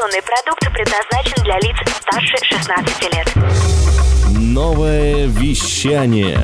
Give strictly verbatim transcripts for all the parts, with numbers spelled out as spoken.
Информационный продукт предназначен для лиц старше шестнадцати лет. Новое вещание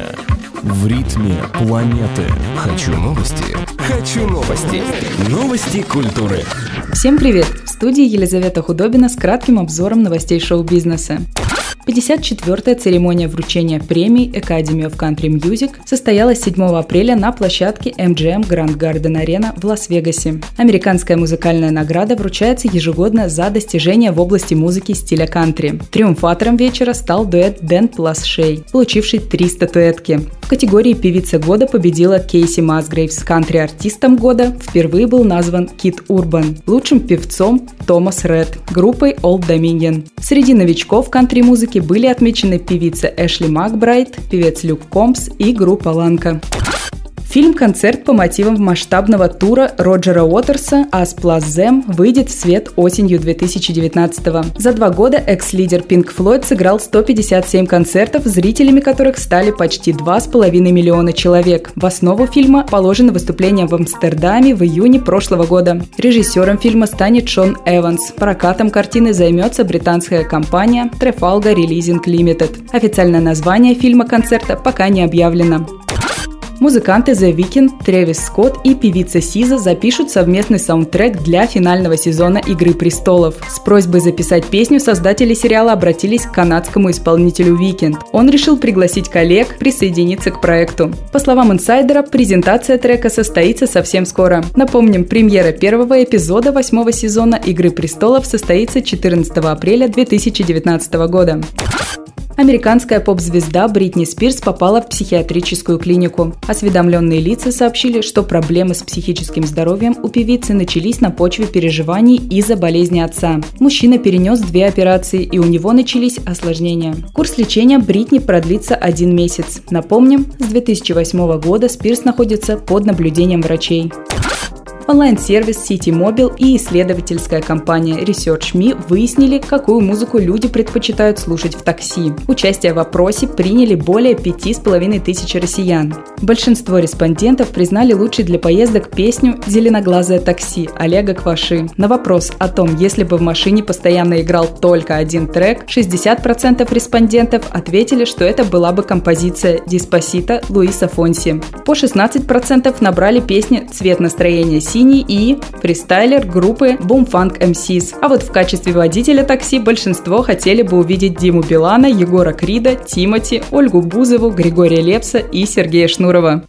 в ритме планеты. Хочу новости. Хочу новости. Новости культуры. Всем привет! В студии Елизавета Худобина с кратким обзором новостей шоу-бизнеса. пятьдесят четвёртая церемония вручения премий Academy of Country Music состоялась седьмого апреля на площадке эм джи эм Grand Garden Arena в Лас-Вегасе. Американская музыкальная награда вручается ежегодно за достижения в области музыки стиля кантри. Триумфатором вечера стал дуэт Дэн плюс Шей, получивший три статуэтки. В категории «Певица года» победила Кейси Масгрейвс. Кантри-артистом года впервые был назван Кид Урбан. Лучшим певцом – Томас Ред, группой Old Dominion. Среди новичков кантри-музыки были отмечены певица Эшли Макбрайт, певец Люк Комбс и группа Ланка. Фильм-концерт по мотивам масштабного тура Роджера Уотерса «Us Plus Them» выйдет в свет осенью две тысячи девятнадцатого. За два года экс-лидер Pink Floyd сыграл сто пятьдесят семь концертов, зрителями которых стали почти два с половиной миллиона человек. В основу фильма положено выступление в Амстердаме в июне прошлого года. Режиссером фильма станет Шон Эванс. Прокатом картины займется британская компания Trafalgar Releasing Limited. Официальное название фильма-концерта пока не объявлено. Музыканты The Weeknd, Трэвис Скотт и певица Сиза запишут совместный саундтрек для финального сезона «Игры престолов». С просьбой записать песню создатели сериала обратились к канадскому исполнителю Weeknd. Он решил пригласить коллег присоединиться к проекту. По словам инсайдера, презентация трека состоится совсем скоро. Напомним, премьера первого эпизода восьмого сезона «Игры престолов» состоится четырнадцатого апреля две тысячи девятнадцатого года. Американская поп-звезда Бритни Спирс попала в психиатрическую клинику. Осведомленные лица сообщили, что проблемы с психическим здоровьем у певицы начались на почве переживаний из-за болезни отца. Мужчина перенес две операции, и у него начались осложнения. Курс лечения Бритни продлится один месяц. Напомним, с две тысячи восьмого года Спирс находится под наблюдением врачей. Онлайн-сервис Ситимобил и исследовательская компания ResearchMe выяснили, какую музыку люди предпочитают слушать в такси. Участие в опросе приняли более пяти с половиной тысяч россиян. Большинство респондентов признали лучшей для поездок песню «Зеленоглазое такси» Олега Кваши. На вопрос о том, если бы в машине постоянно играл только один трек, шестьдесят процентов респондентов ответили, что это была бы композиция «Диспасито» Луиса Фонси. По шестнадцать процентов набрали песни «Цвет настроения синий» и фристайлер группы Boom Funk эм сис. А вот в качестве водителя такси большинство хотели бы увидеть Диму Билана, Егора Крида, Тимати, Ольгу Бузову, Григория Лепса и Сергея Шнурова.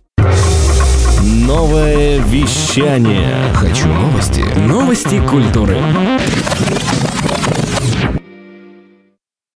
Новое вещание. Хочу новости. Новости культуры.